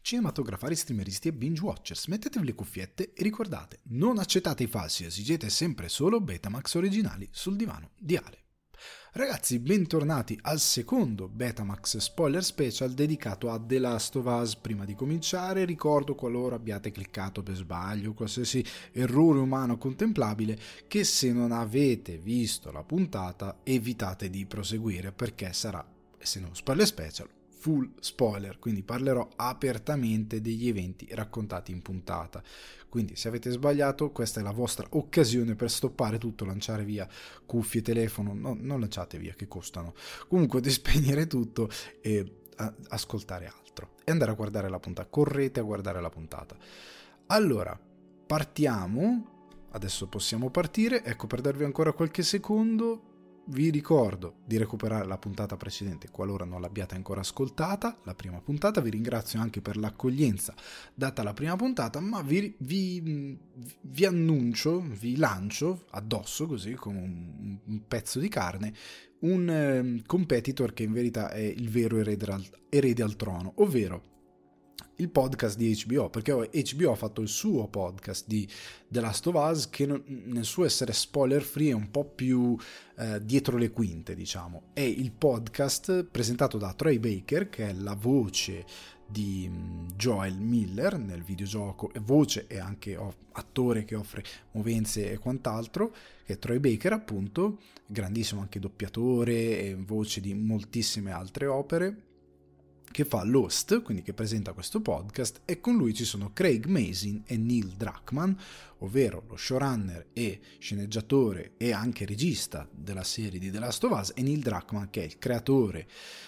cinematografari, streameristi e binge watchers, mettetevi le cuffiette e ricordate, non accettate i falsi, esigete sempre solo Betamax originali sul divano di Ale. Ragazzi, bentornati al secondo Betamax Spoiler Special dedicato a The Last of Us. Prima di cominciare ricordo, qualora abbiate cliccato per sbaglio, qualsiasi errore umano contemplabile, che se non avete visto la puntata evitate di proseguire, perché sarà, essendo uno spoiler special, full spoiler, quindi parlerò apertamente degli eventi raccontati in puntata. Quindi se avete sbagliato, questa è la vostra occasione per stoppare tutto, lanciare via cuffie, telefono, no, non lanciate via che costano, comunque di spegnere tutto e ascoltare altro e andare a guardare la puntata. Correte a guardare la puntata. Allora, partiamo, adesso possiamo partire. Ecco, per darvi ancora qualche secondo, vi ricordo di recuperare la puntata precedente qualora non l'abbiate ancora ascoltata, la prima puntata. Vi ringrazio anche per l'accoglienza data la prima puntata, ma vi annuncio, vi lancio addosso così come un pezzo di carne un competitor che in verità è il vero erede al trono, ovvero il podcast di HBO, perché HBO ha fatto il suo podcast di The Last of Us, che nel suo essere spoiler free è un po' più dietro le quinte, diciamo. È il podcast presentato da Troy Baker, che è la voce di Joel Miller nel videogioco, voce e anche attore che offre movenze e quant'altro, che è Troy Baker, appunto, grandissimo anche doppiatore e voce di moltissime altre opere, che fa l'host, quindi che presenta questo podcast, e con lui ci sono Craig Mazin e Neil Druckmann, ovvero lo showrunner e sceneggiatore e anche regista della serie di The Last of Us, e Neil Druckmann, che è il creatore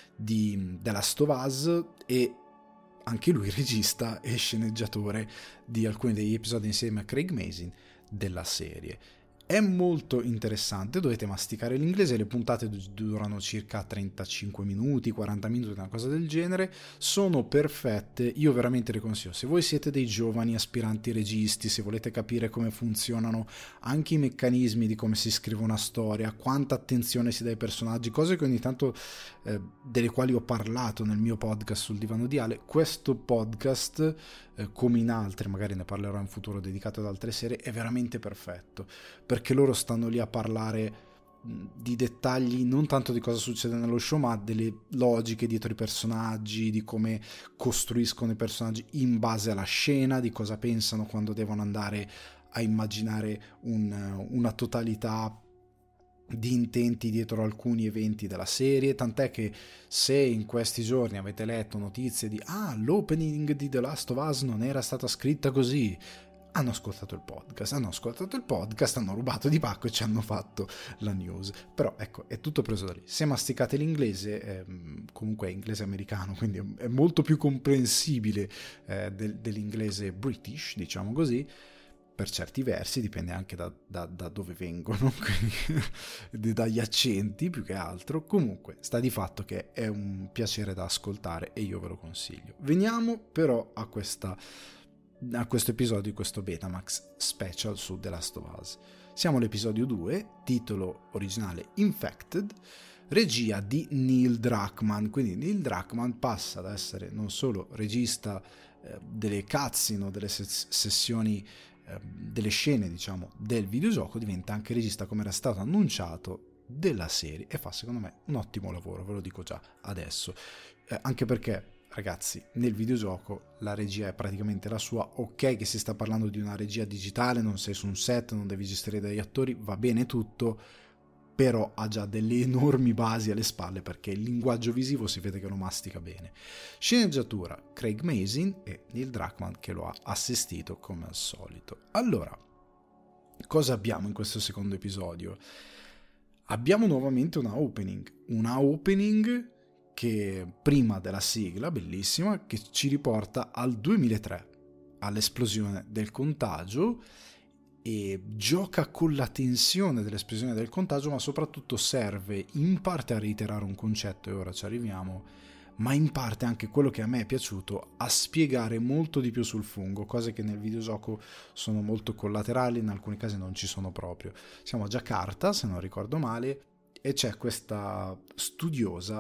di The Last of Us e anche lui regista e sceneggiatore di alcuni degli episodi insieme a Craig Mazin della serie. È molto interessante, dovete masticare l'inglese, le puntate durano circa 35 minuti, 40 minuti, una cosa del genere, sono perfette, io veramente le consiglio. Se voi siete dei giovani aspiranti registi, se volete capire come funzionano anche i meccanismi di come si scrive una storia, quanta attenzione si dà ai personaggi, cose che ogni tanto delle quali ho parlato nel mio podcast sul divano di Ale, questo podcast, come in altri, magari ne parlerò in futuro dedicato ad altre serie, è veramente perfetto, perché loro stanno lì a parlare di dettagli, non tanto di cosa succede nello show, ma delle logiche dietro i personaggi, di come costruiscono i personaggi in base alla scena, di cosa pensano quando devono andare a immaginare una totalità di intenti dietro alcuni eventi della serie, tant'è che se in questi giorni avete letto notizie di l'opening di The Last of Us non era stata scritta così, hanno ascoltato il podcast, hanno rubato di pacco e ci hanno fatto la news. Però ecco, è tutto preso da lì. Se masticate l'inglese, comunque è inglese americano, quindi è molto più comprensibile dell'inglese British, diciamo così, per certi versi, dipende anche da dove vengono, quindi, dagli accenti più che altro. Comunque sta di fatto che è un piacere da ascoltare e io ve lo consiglio. Veniamo però a questo episodio, questo Betamax special su The Last of Us. Siamo all'episodio 2, titolo originale Infected, regia di Neil Druckmann. Quindi Neil Druckmann passa ad essere non solo regista delle cutscene o delle sessioni, delle scene, diciamo, del videogioco, diventa anche regista, come era stato annunciato, della serie, e fa secondo me un ottimo lavoro, ve lo dico già adesso, anche perché, ragazzi, nel videogioco la regia è praticamente la sua. Ok che si sta parlando di una regia digitale, non sei su un set, non devi gestire degli attori, va bene tutto, però ha già delle enormi basi alle spalle, perché il linguaggio visivo si vede che lo mastica bene. Sceneggiatura Craig Mazin e Neil Druckmann che lo ha assistito come al solito. Allora, cosa abbiamo in questo secondo episodio? Abbiamo nuovamente una opening che prima della sigla, bellissima, che ci riporta al 2003, all'esplosione del contagio, e gioca con la tensione dell'esplosione del contagio, ma soprattutto serve in parte a reiterare un concetto, e ora ci arriviamo, ma in parte anche, quello che a me è piaciuto, a spiegare molto di più sul fungo, cose che nel videogioco sono molto collaterali, in alcuni casi non ci sono proprio. Siamo a Giacarta, se non ricordo male, e c'è questa studiosa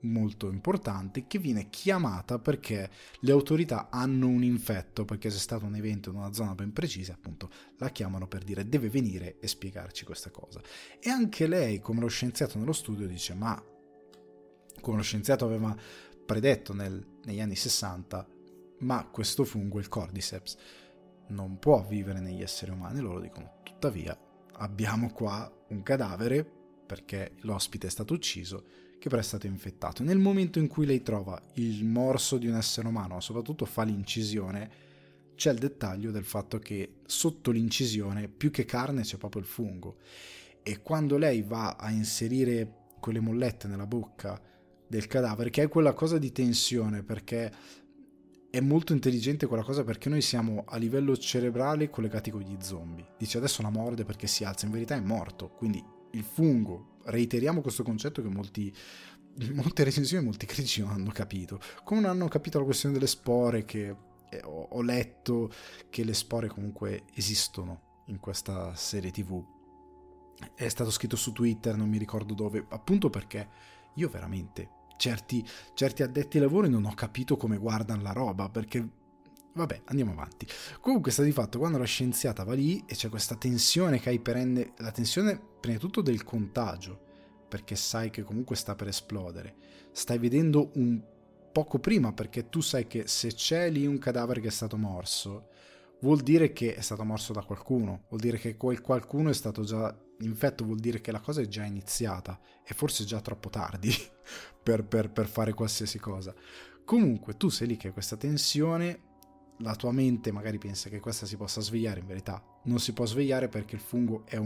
molto importante che viene chiamata perché le autorità hanno un infetto, perché c'è stato un evento in una zona ben precisa, appunto la chiamano per dire deve venire e spiegarci questa cosa. E anche lei, come lo scienziato nello studio, dice ma come lo scienziato aveva predetto negli anni 60, ma questo fungo, il Cordyceps, non può vivere negli esseri umani. Loro dicono tuttavia abbiamo qua un cadavere, perché l'ospite è stato ucciso, che però è stato infettato. Nel momento in cui lei trova il morso di un essere umano, ma soprattutto fa l'incisione, c'è il dettaglio del fatto che sotto l'incisione, più che carne, c'è proprio il fungo. E quando lei va a inserire quelle mollette nella bocca del cadavere, che è quella cosa di tensione, perché è molto intelligente quella cosa, perché noi siamo a livello cerebrale collegati con gli zombie. Dice adesso la morde perché si alza, in verità è morto. Quindi il fungo, reiteriamo questo concetto che molte recensioni e molti critici non hanno capito, come non hanno capito la questione delle spore, che ho letto che le spore comunque esistono in questa serie TV. È stato scritto su Twitter, non mi ricordo dove, appunto perché io veramente certi addetti ai lavori non ho capito come guardano la roba, perché vabbè, andiamo avanti. Comunque sta di fatto, quando la scienziata va lì e c'è questa tensione che hai perenne, la tensione prima di tutto del contagio, perché sai che comunque sta per esplodere, stai vedendo un poco prima, perché tu sai che se c'è lì un cadavere che è stato morso, vuol dire che è stato morso da qualcuno, vuol dire che quel qualcuno è stato già infetto, vuol dire che la cosa è già iniziata e forse è già troppo tardi per fare qualsiasi cosa. Comunque tu sei lì che hai questa tensione, la tua mente magari pensa che questa si possa svegliare, in verità non si può svegliare perché il fungo è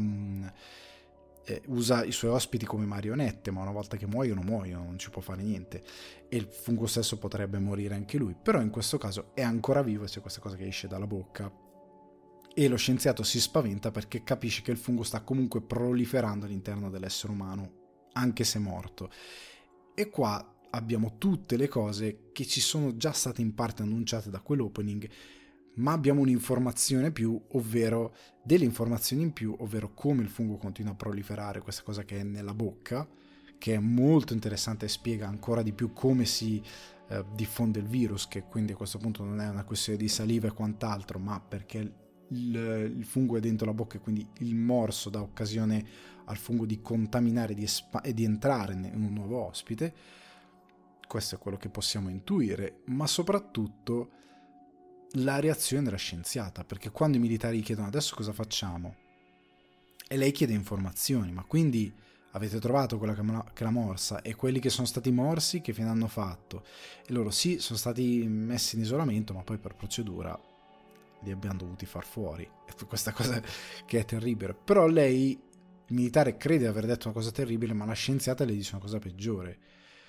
usa i suoi ospiti come marionette, ma una volta che muoiono, non ci può fare niente, e il fungo stesso potrebbe morire anche lui, però in questo caso è ancora vivo e c'è questa cosa che esce dalla bocca e lo scienziato si spaventa perché capisce che il fungo sta comunque proliferando all'interno dell'essere umano, anche se morto. E qua abbiamo tutte le cose che ci sono già state in parte annunciate da quell'opening, ma abbiamo un'informazione più, ovvero delle informazioni in più, ovvero come il fungo continua a proliferare, questa cosa che è nella bocca, che è molto interessante e spiega ancora di più come si diffonde il virus, che quindi a questo punto non è una questione di saliva e quant'altro, ma perché il fungo è dentro la bocca e quindi il morso dà occasione al fungo di contaminare e di entrare in un nuovo ospite. Questo è quello che possiamo intuire, ma soprattutto la reazione della scienziata, perché quando i militari chiedono adesso cosa facciamo e lei chiede informazioni, ma quindi avete trovato quella che l'ha morsa e quelli che sono stati morsi che fine hanno fatto? E loro sì, sono stati messi in isolamento, ma poi per procedura li abbiamo dovuti far fuori. E questa cosa che è terribile, però lei, il militare, crede di aver detto una cosa terribile, ma la scienziata le dice una cosa peggiore.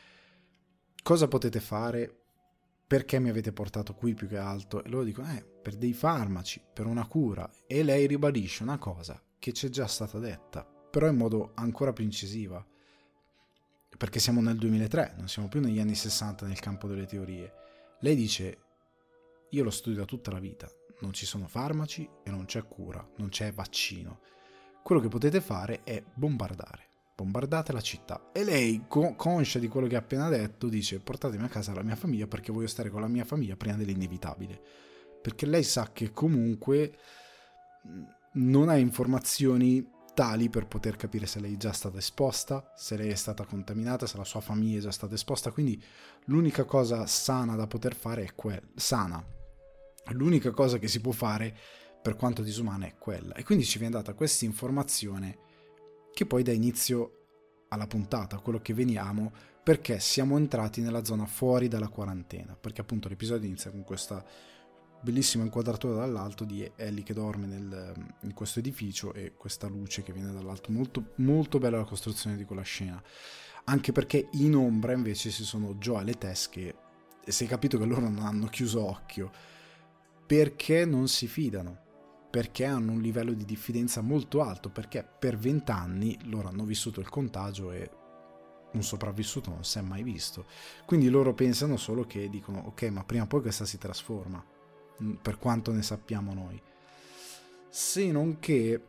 Cosa potete fare? Perché mi avete portato qui più che altro? E loro dicono per dei farmaci, per una cura. E lei ribadisce una cosa che c'è già stata detta, però in modo ancora più incisiva, perché siamo nel 2003, non siamo più negli anni 60 nel campo delle teorie. Lei dice io lo studio da tutta la vita, non ci sono farmaci e non c'è cura, non c'è vaccino. Quello che potete fare è bombardate la città. E lei, conscia di quello che ha appena detto, dice portatemi a casa la mia famiglia perché voglio stare con la mia famiglia prima dell'inevitabile, perché lei sa che comunque non ha informazioni tali per poter capire se lei è già stata esposta, se lei è stata contaminata, se la sua famiglia è già stata esposta. Quindi l'unica cosa sana da poter fare è l'unica cosa che si può fare per quanto disumana è quella. E quindi ci viene data questa informazione che poi dà inizio alla puntata, quello che veniamo, perché siamo entrati nella zona fuori dalla quarantena, perché appunto l'episodio inizia con questa bellissima inquadratura dall'alto di Ellie che dorme in questo edificio e questa luce che viene dall'alto. Molto, molto bella la costruzione di quella scena, anche perché in ombra invece ci sono Joel e Tess che si è capito che loro non hanno chiuso occhio perché non si fidano, perché hanno un livello di diffidenza molto alto, perché per 20 anni loro hanno vissuto il contagio e un sopravvissuto non si è mai visto. Quindi loro pensano solo che dicono ok, ma prima o poi questa si trasforma, per quanto ne sappiamo noi. Se non che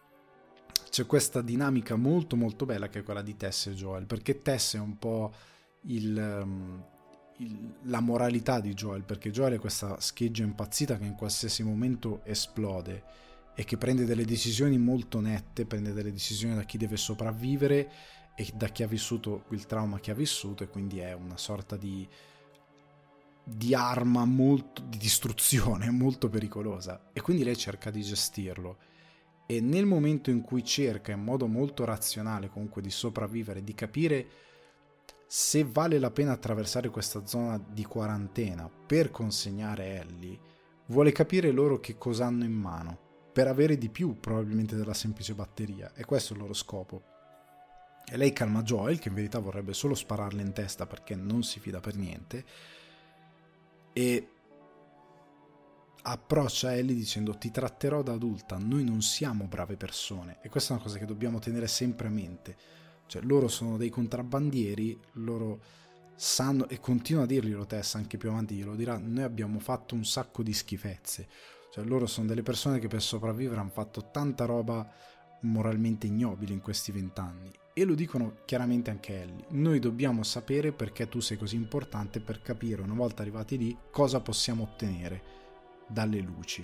c'è questa dinamica molto molto bella che è quella di Tess e Joel, perché Tess è un po' la moralità di Joel, perché Joel è questa scheggia impazzita che in qualsiasi momento esplode e che prende delle decisioni molto nette, prende delle decisioni da chi deve sopravvivere e da chi ha vissuto il trauma che ha vissuto, e quindi è una sorta di arma molto di distruzione, molto pericolosa, e quindi lei cerca di gestirlo, e nel momento in cui cerca in modo molto razionale comunque di sopravvivere, di capire se vale la pena attraversare questa zona di quarantena per consegnare Ellie, vuole capire loro che cosa hanno in mano per avere di più probabilmente della semplice batteria, e questo è il loro scopo. E lei calma Joel, che in verità vorrebbe solo spararle in testa perché non si fida per niente, e approccia Ellie dicendo: ti tratterò da adulta, noi non siamo brave persone. E questa è una cosa che dobbiamo tenere sempre a mente, cioè loro sono dei contrabbandieri, loro sanno, e continua a dirglielo Tess anche più avanti, glielo dirà: noi abbiamo fatto un sacco di schifezze, cioè loro sono delle persone che per sopravvivere hanno fatto tanta roba moralmente ignobile in questi 20 anni, e lo dicono chiaramente anche Ellie: noi dobbiamo sapere perché tu sei così importante, per capire una volta arrivati lì cosa possiamo ottenere dalle luci.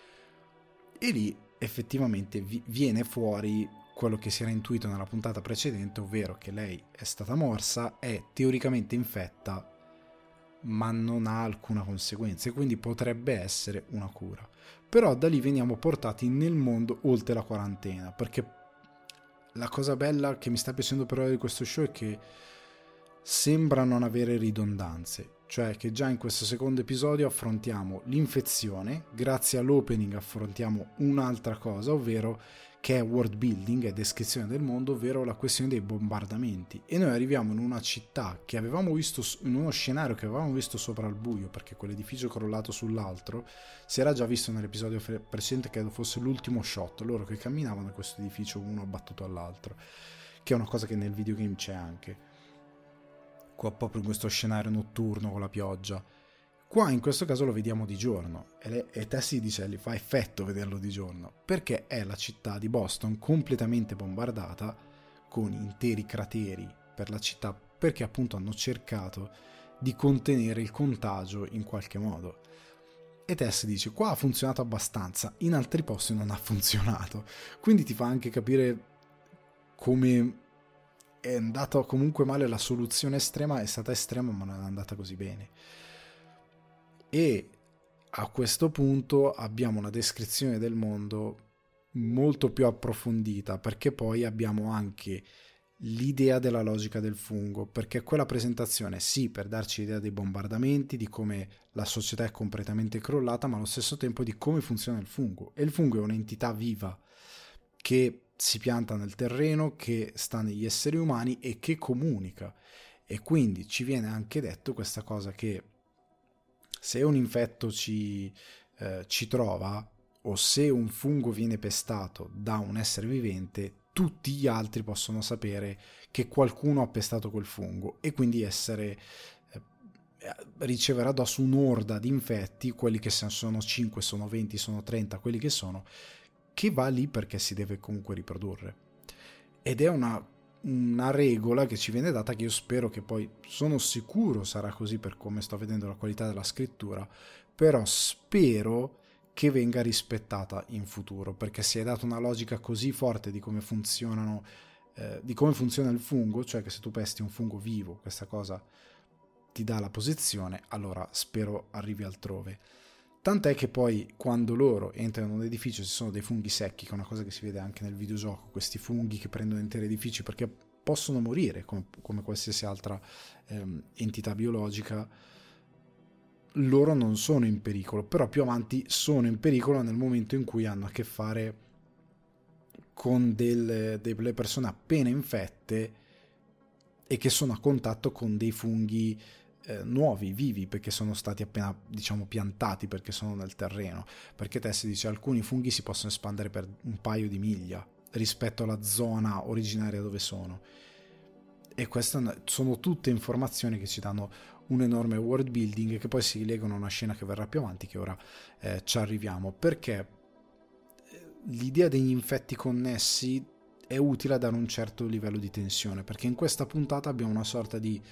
E lì effettivamente viene fuori quello che si era intuito nella puntata precedente, ovvero che lei è stata morsa, è teoricamente infetta, ma non ha alcuna conseguenza, e quindi potrebbe essere una cura. Però da lì veniamo portati nel mondo oltre la quarantena, perché la cosa bella che mi sta piacendo però di questo show è che sembra non avere ridondanze, cioè che già in questo secondo episodio affrontiamo l'infezione, grazie all'opening affrontiamo un'altra cosa, ovvero che è world building e descrizione del mondo, ovvero la questione dei bombardamenti, e noi arriviamo in una città che avevamo visto, in uno scenario che avevamo visto sopra al buio, perché quell'edificio crollato sull'altro si era già visto nell'episodio precedente, credo fosse l'ultimo shot, loro che camminavano in questo edificio uno abbattuto all'altro, che è una cosa che nel videogame c'è anche qua, proprio in questo scenario notturno con la pioggia. Qua in questo caso lo vediamo di giorno, e Tessie dice: gli fa effetto vederlo di giorno, perché è la città di Boston completamente bombardata, con interi crateri per la città, perché appunto hanno cercato di contenere il contagio in qualche modo. E Tess dice: qua ha funzionato abbastanza, in altri posti non ha funzionato. Quindi ti fa anche capire come è andata comunque male, la soluzione estrema è stata estrema ma non è andata così bene. E a questo punto abbiamo una descrizione del mondo molto più approfondita, perché poi abbiamo anche l'idea della logica del fungo, perché quella presentazione sì, per darci l'idea dei bombardamenti, di come la società è completamente crollata, ma allo stesso tempo di come funziona il fungo. E il fungo è un'entità viva che si pianta nel terreno, che sta negli esseri umani e che comunica, e quindi ci viene anche detto questa cosa, che se un infetto ci trova, o se un fungo viene pestato da un essere vivente, tutti gli altri possono sapere che qualcuno ha pestato quel fungo, e quindi ricevere addosso un'orda di infetti, quelli che sono 5, sono 20, sono 30, quelli che sono, che va lì perché si deve comunque riprodurre. Ed è una regola che ci viene data, che io spero che poi, sono sicuro sarà così per come sto vedendo la qualità della scrittura, però spero che venga rispettata in futuro, perché si è data una logica così forte di come funzionano, di come funziona il fungo, cioè che se tu pesti un fungo vivo questa cosa ti dà la posizione, allora spero arrivi altrove. Tant'è che poi quando loro entrano in un edificio ci sono dei funghi secchi, che è una cosa che si vede anche nel videogioco, questi funghi che prendono interi edifici perché possono morire come qualsiasi altra entità biologica. Loro non sono in pericolo, però più avanti sono in pericolo nel momento in cui hanno a che fare con delle persone appena infette e che sono a contatto con dei funghi nuovi, vivi, perché sono stati appena, diciamo, piantati, perché sono nel terreno. Perché Tess dice: alcuni funghi si possono espandere per un paio di miglia rispetto alla zona originaria dove sono. E queste sono tutte informazioni che ci danno un enorme world building, che poi si legano a una scena che verrà più avanti, che ora ci arriviamo, perché l'idea degli infetti connessi è utile a dare un certo livello di tensione, perché in questa puntata abbiamo una sorta di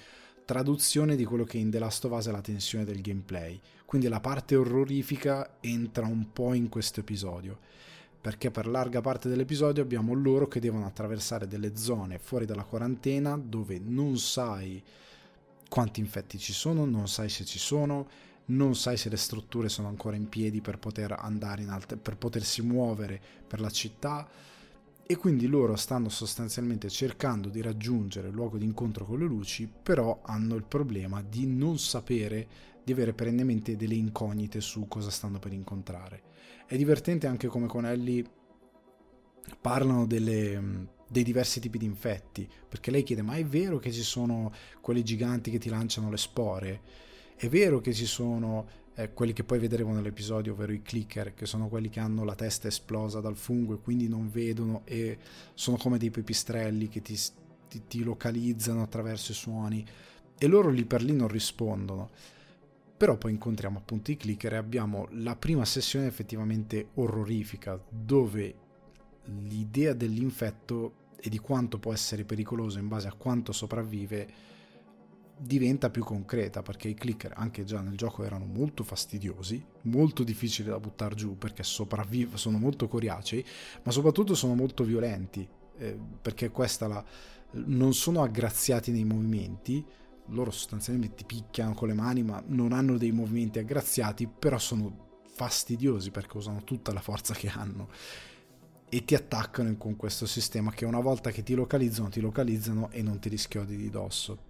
traduzione di quello che in The Last of Us è la tensione del gameplay. Quindi la parte orrorifica entra un po' in questo episodio, perché per larga parte dell'episodio abbiamo loro che devono attraversare delle zone fuori dalla quarantena dove non sai quanti infetti ci sono, non sai se ci sono, non sai se le strutture sono ancora in piedi per poter andare per potersi muovere per la città, e quindi loro stanno sostanzialmente cercando di raggiungere il luogo di incontro con le luci, però hanno il problema di non sapere, di avere perennemente delle incognite su cosa stanno per incontrare. È divertente anche come con Ellie parlano dei diversi tipi di infetti, perché lei chiede: ma è vero che ci sono quelli giganti che ti lanciano le spore? È vero che ci sono quelli che poi vedremo nell'episodio, ovvero i clicker, che sono quelli che hanno la testa esplosa dal fungo e quindi non vedono e sono come dei pipistrelli che ti localizzano attraverso i suoni, e loro lì per lì non rispondono. Però poi incontriamo appunto i clicker e abbiamo la prima sessione effettivamente orrorifica, dove l'idea dell'infetto e di quanto può essere pericoloso in base a quanto sopravvive diventa più concreta, perché i clicker anche già nel gioco erano molto fastidiosi, molto difficili da buttare giù perché sono molto coriacei, ma soprattutto sono molto violenti, perché non sono aggraziati nei movimenti. Loro sostanzialmente ti picchiano con le mani, ma non hanno dei movimenti aggraziati, però sono fastidiosi perché usano tutta la forza che hanno e ti attaccano con questo sistema che una volta che ti localizzano e non ti rischiodi di dosso.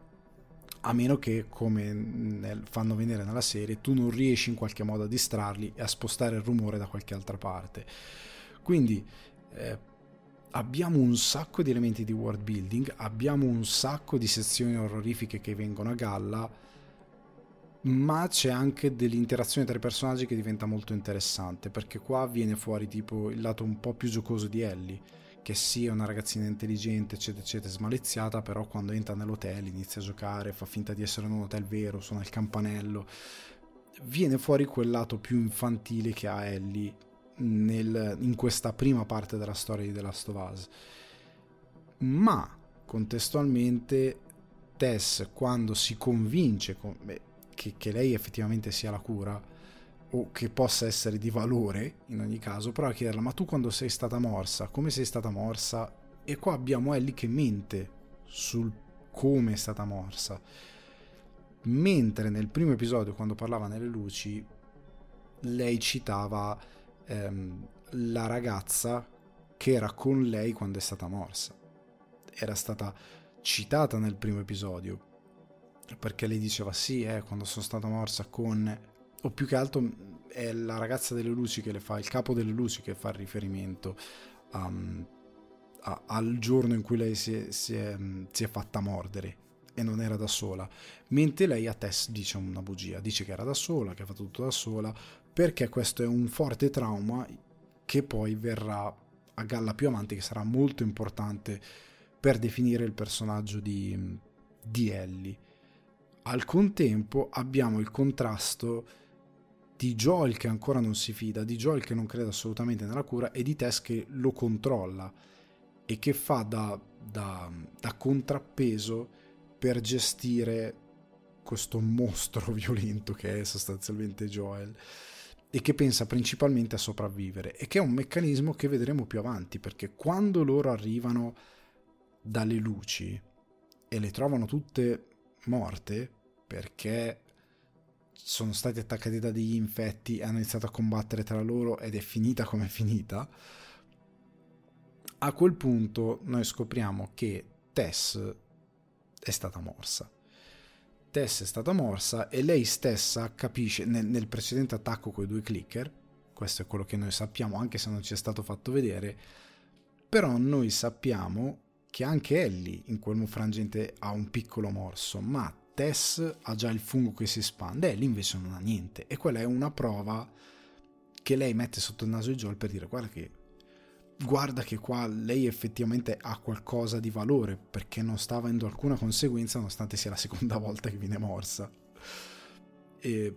A meno che, come fanno vedere nella serie, tu non riesci in qualche modo a distrarli e a spostare il rumore da qualche altra parte. Quindi abbiamo un sacco di elementi di world building, abbiamo un sacco di sezioni orrorifiche che vengono a galla, ma c'è anche dell'interazione tra i personaggi che diventa molto interessante, perché qua viene fuori tipo il lato un po' più giocoso di Ellie, che sì, è una ragazzina intelligente, eccetera eccetera, smaliziata, però quando entra nell'hotel inizia a giocare, fa finta di essere in un hotel vero, suona il campanello. Viene fuori quel lato più infantile che ha Ellie in questa prima parte della storia di The Last of Us. Ma contestualmente Tess, quando si convince che lei effettivamente sia la cura, o che possa essere di valore in ogni caso, però a chiederla: ma tu quando sei stata morsa, come sei stata morsa? E qua abbiamo Ellie che mente sul come è stata morsa, mentre nel primo episodio, quando parlava nelle luci, lei citava la ragazza che era con lei quando è stata morsa. Era stata citata nel primo episodio, perché lei diceva: sì, quando sono stata morsa con... o più che altro è la ragazza delle luci che le fa, il capo delle luci che fa riferimento al giorno in cui lei si è fatta mordere e non era da sola, mentre lei a Tess dice una bugia, dice che era da sola, che ha fatto tutto da sola, perché questo è un forte trauma che poi verrà a galla più avanti, che sarà molto importante per definire il personaggio di Ellie. Al contempo abbiamo il contrasto di Joel che ancora non si fida, di Joel che non crede assolutamente nella cura, e di Tess che lo controlla e che fa da contrappeso per gestire questo mostro violento che è sostanzialmente Joel, e che pensa principalmente a sopravvivere, e che è un meccanismo che vedremo più avanti, perché quando loro arrivano dalle luci e le trovano tutte morte perché sono stati attaccati da degli infetti e hanno iniziato a combattere tra loro ed è finita come è finita, a quel punto noi scopriamo che Tess è stata morsa. Tess è stata morsa e lei stessa capisce nel precedente attacco con i 2 clicker, questo è quello che noi sappiamo anche se non ci è stato fatto vedere, però noi sappiamo che anche Ellie in quel frangente ha un piccolo morso, ma Tess ha già il fungo che si espande, Ellie invece non ha niente, e quella è una prova che lei mette sotto il naso di Joel per dire: guarda che qua lei effettivamente ha qualcosa di valore, perché non sta avendo alcuna conseguenza nonostante sia la seconda volta che viene morsa. E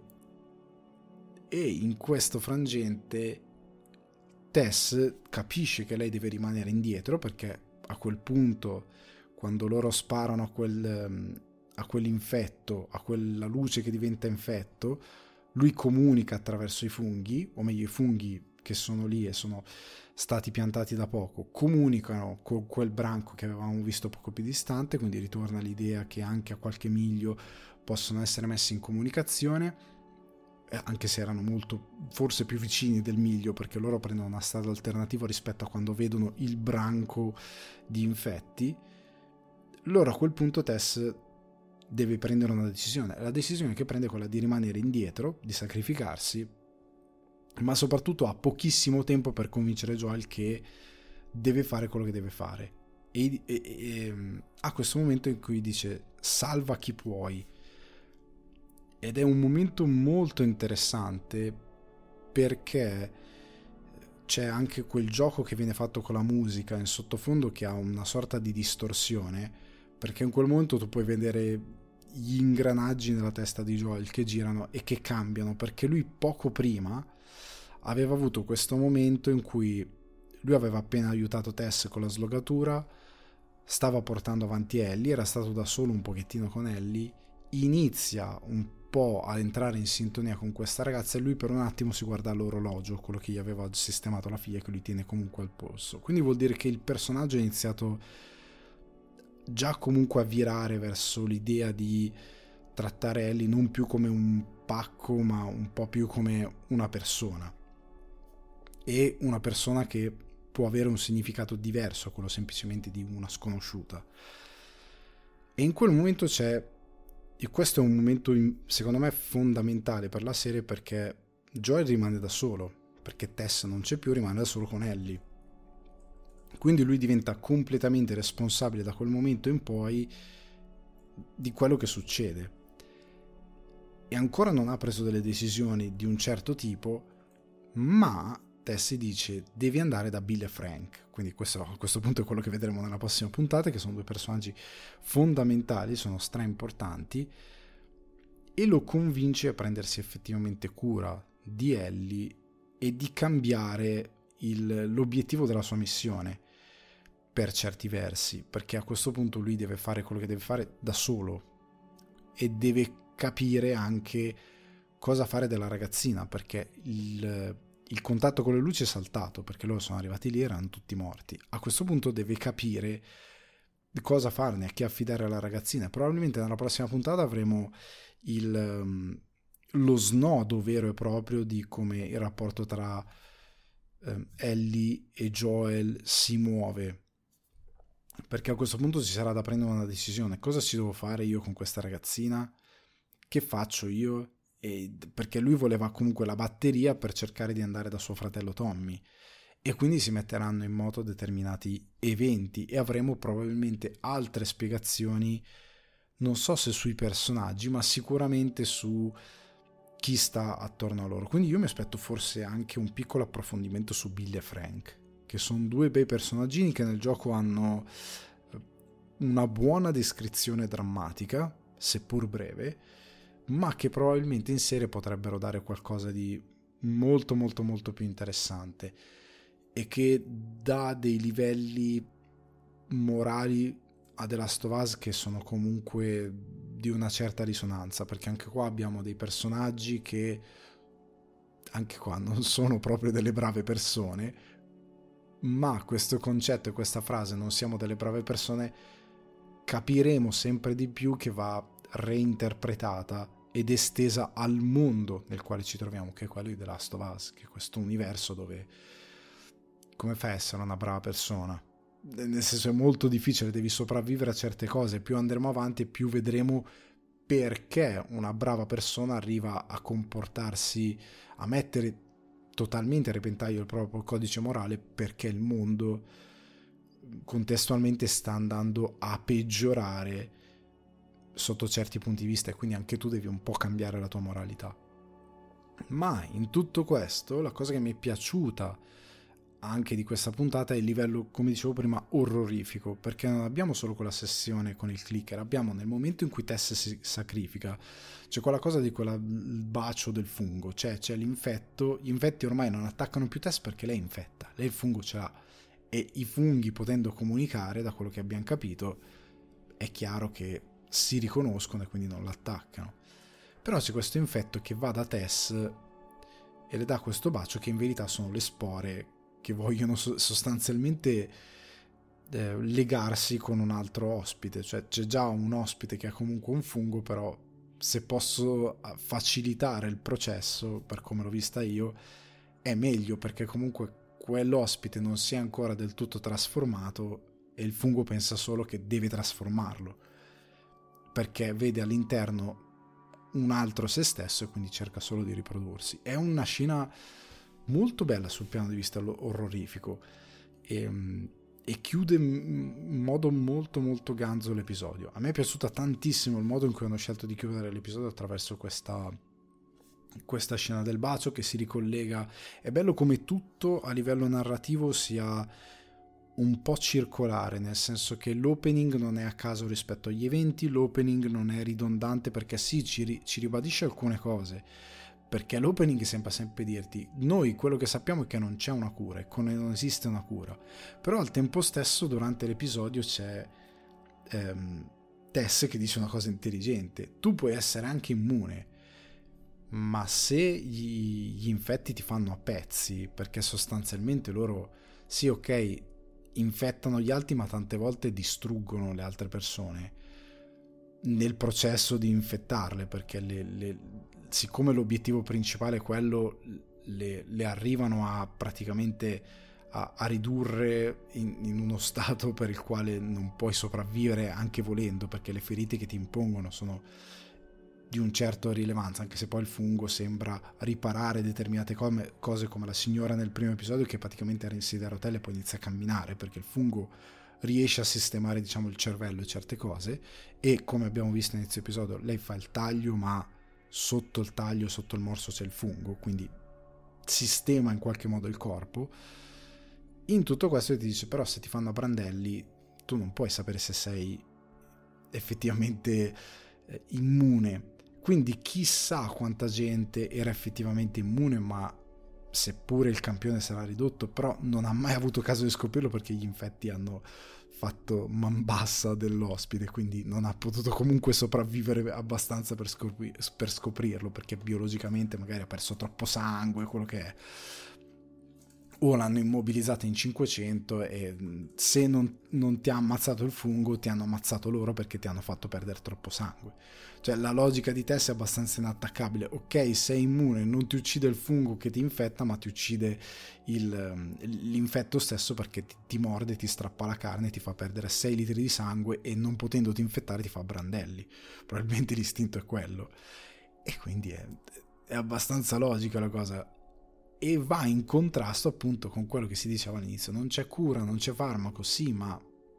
in questo frangente Tess capisce che lei deve rimanere indietro, perché a quel punto, quando loro sparano a quell'infetto, a quella luce che diventa infetto, lui comunica attraverso i funghi, o meglio i funghi che sono lì e sono stati piantati da poco, comunicano con quel branco che avevamo visto poco più distante, quindi ritorna l'idea che anche a qualche miglio possono essere messi in comunicazione, anche se erano molto forse più vicini del miglio, perché loro prendono una strada alternativa rispetto a quando vedono il branco di infetti. Loro a quel punto Tess deve prendere una decisione. La decisione che prende è quella di rimanere indietro, di sacrificarsi, ma soprattutto ha pochissimo tempo per convincere Joel che deve fare quello che deve fare. E a questo momento in cui dice salva chi puoi, ed è un momento molto interessante perché c'è anche quel gioco che viene fatto con la musica in sottofondo che ha una sorta di distorsione, perché in quel momento tu puoi vedere gli ingranaggi nella testa di Joel che girano e che cambiano, perché lui poco prima aveva avuto questo momento in cui lui aveva appena aiutato Tess con la slogatura, stava portando avanti Ellie, era stato da solo un pochettino con Ellie, inizia un po' a entrare in sintonia con questa ragazza e lui per un attimo si guarda all'orologio, quello che gli aveva sistemato la figlia, che lui tiene comunque al polso. Quindi vuol dire che il personaggio ha iniziato già comunque a virare verso l'idea di trattare Ellie non più come un pacco, ma un po' più come una persona, e una persona che può avere un significato diverso a quello semplicemente di una sconosciuta. E in quel momento c'è, e questo è un momento secondo me fondamentale per la serie, perché Joel rimane da solo, perché Tess non c'è più, rimane da solo con Ellie, quindi lui diventa completamente responsabile da quel momento in poi di quello che succede, e ancora non ha preso delle decisioni di un certo tipo, ma Tess dice devi andare da Bill e Frank. Quindi questo, a questo punto è quello che vedremo nella prossima puntata, che sono due personaggi fondamentali, sono stra importanti, e lo convince a prendersi effettivamente cura di Ellie e di cambiare l'obiettivo della sua missione per certi versi, perché a questo punto lui deve fare quello che deve fare da solo e deve capire anche cosa fare della ragazzina, perché il contatto con le luci è saltato, perché loro sono arrivati lì e erano tutti morti. A questo punto deve capire cosa farne, a chi affidare la ragazzina. Probabilmente nella prossima puntata avremo lo snodo vero e proprio di come il rapporto tra Ellie e Joel si muove, perché a questo punto ci sarà da prendere una decisione: cosa ci devo fare io con questa ragazzina, che faccio io, e perché lui voleva comunque la batteria per cercare di andare da suo fratello Tommy, e quindi si metteranno in moto determinati eventi e avremo probabilmente altre spiegazioni, non so se sui personaggi, ma sicuramente su chi sta attorno a loro. Quindi io mi aspetto forse anche un piccolo approfondimento su Bill e Frank, che sono due bei personaggini che nel gioco hanno una buona descrizione drammatica, seppur breve, ma che probabilmente in serie potrebbero dare qualcosa di molto molto molto più interessante e che dà dei livelli morali a The Last of Us che sono comunque di una certa risonanza, perché anche qua abbiamo dei personaggi che anche qua non sono proprio delle brave persone, ma questo concetto e questa frase "non siamo delle brave persone" capiremo sempre di più che va reinterpretata ed estesa al mondo nel quale ci troviamo, che è quello di The Last of Us, che è questo universo dove come fai a essere una brava persona? Nel senso, è molto difficile, devi sopravvivere a certe cose, più andremo avanti più vedremo perché una brava persona arriva a comportarsi, a mettere totalmente a repentaglio il proprio codice morale, perché il mondo contestualmente sta andando a peggiorare sotto certi punti di vista, e quindi anche tu devi un po' cambiare la tua moralità. Ma in tutto questo la cosa che mi è piaciuta anche di questa puntata è il livello, come dicevo prima, orrorifico, perché non abbiamo solo quella sessione con il clicker, abbiamo nel momento in cui Tess si sacrifica, c'è quella cosa di il bacio del fungo, c'è l'infetto, gli infetti ormai non attaccano più Tess perché lei è infetta, lei il fungo ce l'ha, e i funghi potendo comunicare, da quello che abbiamo capito, è chiaro che si riconoscono e quindi non l'attaccano. Però c'è questo infetto che va da Tess e le dà questo bacio che in verità sono le spore che vogliono sostanzialmente legarsi con un altro ospite. Cioè c'è già un ospite che ha comunque un fungo, però se posso facilitare il processo, per come l'ho vista io, è meglio, perché comunque quell'ospite non si è ancora del tutto trasformato e il fungo pensa solo che deve trasformarlo, perché vede all'interno un altro se stesso e quindi cerca solo di riprodursi. È una scena molto bella sul piano di vista orrorifico e chiude in modo molto molto ganzo l'episodio. A me è piaciuta tantissimo il modo in cui hanno scelto di chiudere l'episodio attraverso questa scena del bacio che si ricollega. È bello come tutto a livello narrativo sia un po' circolare, nel senso che l'opening non è a caso rispetto agli eventi, l'opening non è ridondante, perché sì, ci ribadisce alcune cose, perché l'opening sembra sempre dirti noi quello che sappiamo è che non c'è una cura e non esiste una cura, però al tempo stesso durante l'episodio c'è Tess che dice una cosa intelligente: tu puoi essere anche immune, ma se gli infetti ti fanno a pezzi, perché sostanzialmente loro sì, ok, infettano gli altri, ma tante volte distruggono le altre persone nel processo di infettarle, perché siccome l'obiettivo principale è quello, le arrivano a praticamente a ridurre in uno stato per il quale non puoi sopravvivere anche volendo, perché le ferite che ti impongono sono di un certo rilevanza, anche se poi il fungo sembra riparare determinate cose, come la signora nel primo episodio che praticamente era in sedia a rotelle e poi inizia a camminare perché il fungo riesce a sistemare, diciamo, il cervello e certe cose. E come abbiamo visto inizio episodio, lei fa il taglio, ma sotto il taglio, sotto il morso c'è il fungo, quindi sistema in qualche modo il corpo. In tutto questo ti dice però se ti fanno a brandelli tu non puoi sapere se sei effettivamente immune. Quindi chissà quanta gente era effettivamente immune, ma seppure il campione sarà ridotto, però non ha mai avuto caso di scoprirlo perché gli infetti hanno fatto man bassa dell'ospite, quindi non ha potuto comunque sopravvivere abbastanza per scoprirlo, perché biologicamente magari ha perso troppo sangue, quello che è, o l'hanno immobilizzata in 500 e se non ti ha ammazzato il fungo ti hanno ammazzato loro perché ti hanno fatto perdere troppo sangue. Cioè la logica di Tess è abbastanza inattaccabile. Ok, sei immune, non ti uccide il fungo che ti infetta, ma ti uccide l'infetto stesso, perché ti morde, ti strappa la carne, ti fa perdere 6 litri di sangue e non potendoti infettare ti fa brandelli. Probabilmente l'istinto è quello, e quindi è abbastanza logica la cosa. E va in contrasto appunto con quello che si diceva all'inizio: non c'è cura, non c'è farmaco, sì, ma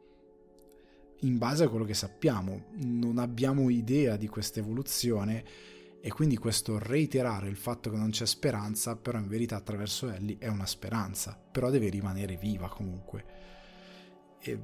in base a quello che sappiamo non abbiamo idea di questa evoluzione, e quindi questo reiterare il fatto che non c'è speranza, però in verità attraverso Ellie è una speranza, però deve rimanere viva comunque. E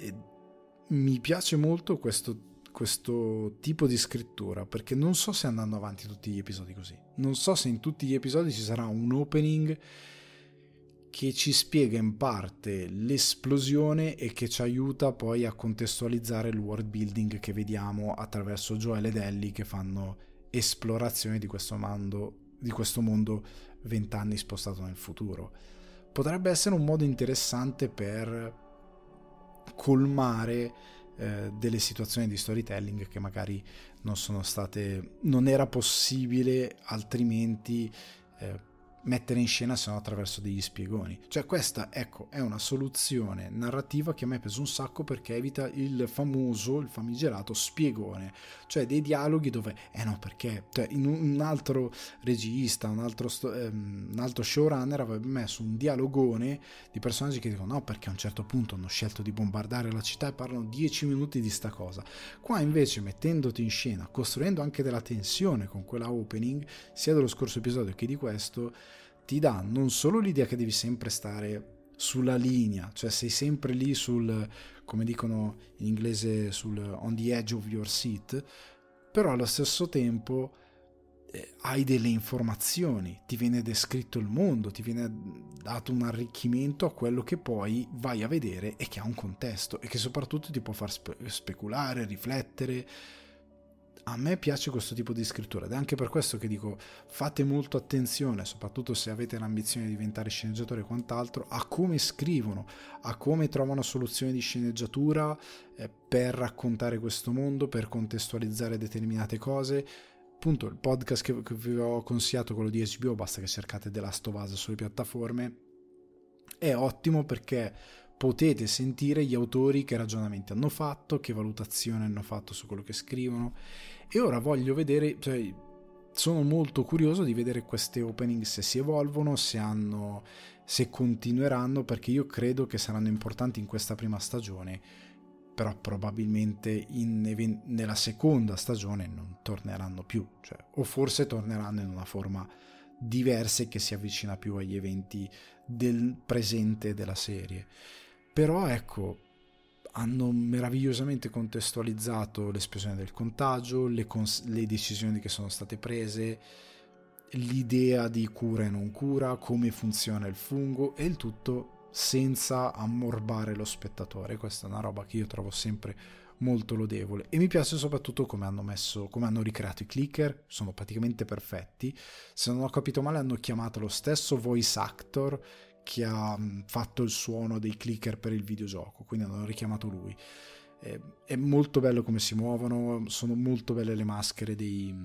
mi piace molto questo tipo di scrittura, perché non so se andando avanti tutti gli episodi così, non so se in tutti gli episodi ci sarà un opening che ci spiega in parte l'esplosione e che ci aiuta poi a contestualizzare il world building che vediamo attraverso Joel ed Ellie che fanno esplorazione di questo mondo 20 anni spostato nel futuro. Potrebbe essere un modo interessante per colmare delle situazioni di storytelling che magari non era possibile altrimenti mettere in scena, se no attraverso degli spiegoni. Cioè questa, ecco, è una soluzione narrativa che a me piace un sacco, perché evita il famigerato spiegone, cioè dei dialoghi dove no, perché, cioè, in un altro regista, un altro showrunner avrebbe messo un dialogone di personaggi che dicono no, perché a un certo punto hanno scelto di bombardare la città e parlano 10 minuti di sta cosa. Qua invece, mettendoti in scena, costruendo anche della tensione con quella opening, sia dello scorso episodio che di questo, ti dà non solo l'idea che devi sempre stare sulla linea, cioè sei sempre lì come dicono in inglese, on the edge of your seat, però allo stesso tempo hai delle informazioni, ti viene descritto il mondo, ti viene dato un arricchimento a quello che poi vai a vedere e che ha un contesto e che soprattutto ti può far speculare, riflettere. A me piace questo tipo di scrittura ed è anche per questo che dico fate molto attenzione, soprattutto se avete l'ambizione di diventare sceneggiatore e quant'altro, a come scrivono, a come trovano soluzioni di sceneggiatura per raccontare questo mondo, per contestualizzare determinate cose. Appunto il podcast che vi ho consigliato, quello di HBO, basta che cercate The Last of Us sulle piattaforme, è ottimo perché potete sentire gli autori che ragionamenti hanno fatto, che valutazione hanno fatto su quello che scrivono. E ora voglio vedere, cioè sono molto curioso di vedere queste opening se si evolvono, se continueranno, perché io credo che saranno importanti in questa prima stagione, però probabilmente nella seconda stagione non torneranno più, cioè, o forse torneranno in una forma diversa che si avvicina più agli eventi del presente della serie. Però ecco, hanno meravigliosamente contestualizzato l'esplosione del contagio, le decisioni che sono state prese, l'idea di cura e non cura, come funziona il fungo, e il tutto senza ammorbare lo spettatore. Questa è una roba che io trovo sempre molto lodevole, e mi piace soprattutto come hanno ricreato i clicker, sono praticamente perfetti. Se non ho capito male hanno chiamato lo stesso voice actor che ha fatto il suono dei clicker per il videogioco, quindi hanno richiamato lui. È molto bello come si muovono, sono molto belle le maschere dei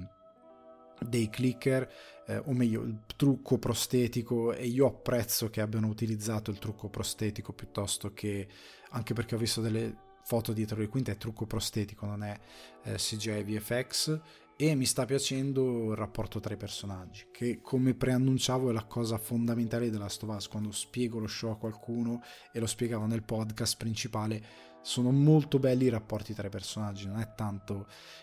clicker, o meglio il trucco prostetico, e io apprezzo che abbiano utilizzato il trucco prostetico piuttosto che, anche perché ho visto delle foto dietro le quinte, è trucco prostetico, non è CGI VFX, e mi sta piacendo il rapporto tra i personaggi, che come preannunciavo è la cosa fondamentale della Last of Us. Quando spiego lo show a qualcuno, e lo spiegavo nel podcast principale, sono molto belli i rapporti tra i personaggi, non è tanto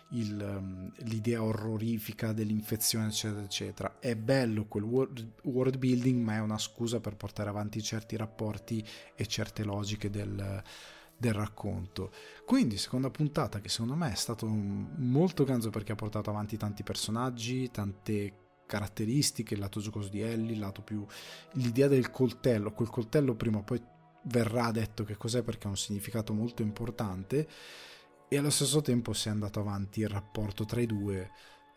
l'idea orrorifica dell'infezione eccetera eccetera. È bello quel world building, ma è una scusa per portare avanti certi rapporti e certe logiche del racconto. Quindi seconda puntata che secondo me è stato molto ganzo, perché ha portato avanti tanti personaggi, tante caratteristiche, il lato giocoso di Ellie, il lato più l'idea del coltello. Quel coltello prima o poi verrà detto che cos'è, perché ha un significato molto importante, e allo stesso tempo si è andato avanti il rapporto tra i due,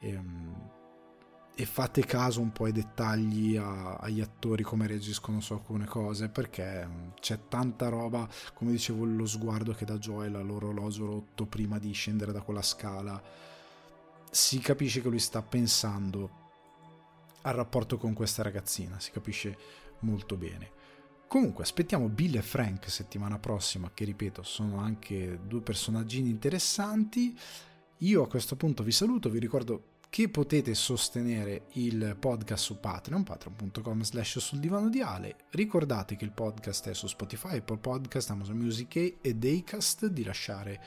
e fate caso un po' ai dettagli, agli attori, come reagiscono su alcune cose, perché c'è tanta roba, come dicevo, lo sguardo che dà Joel all'orologio rotto prima di scendere da quella scala, si capisce che lui sta pensando al rapporto con questa ragazzina, si capisce molto bene. Comunque aspettiamo Bill e Frank settimana prossima, che ripeto sono anche due personaggini interessanti. Io a questo punto vi saluto, vi ricordo che potete sostenere il podcast su Patreon, patreon.com/sul divano di Ale. Ricordate che il podcast è su Spotify, Apple Podcast, Amazon Music e Acast, di lasciare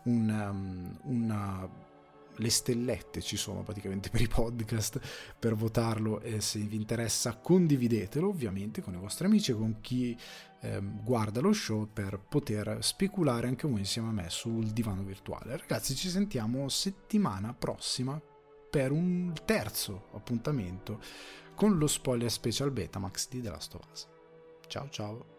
le stellette ci sono praticamente per i podcast, per votarlo, e se vi interessa condividetelo ovviamente con i vostri amici e con chi guarda lo show, per poter speculare anche voi insieme a me sul divano virtuale. Ragazzi, ci sentiamo settimana prossima per un terzo appuntamento con lo spoiler special Betamax di The Last of Us. Ciao ciao.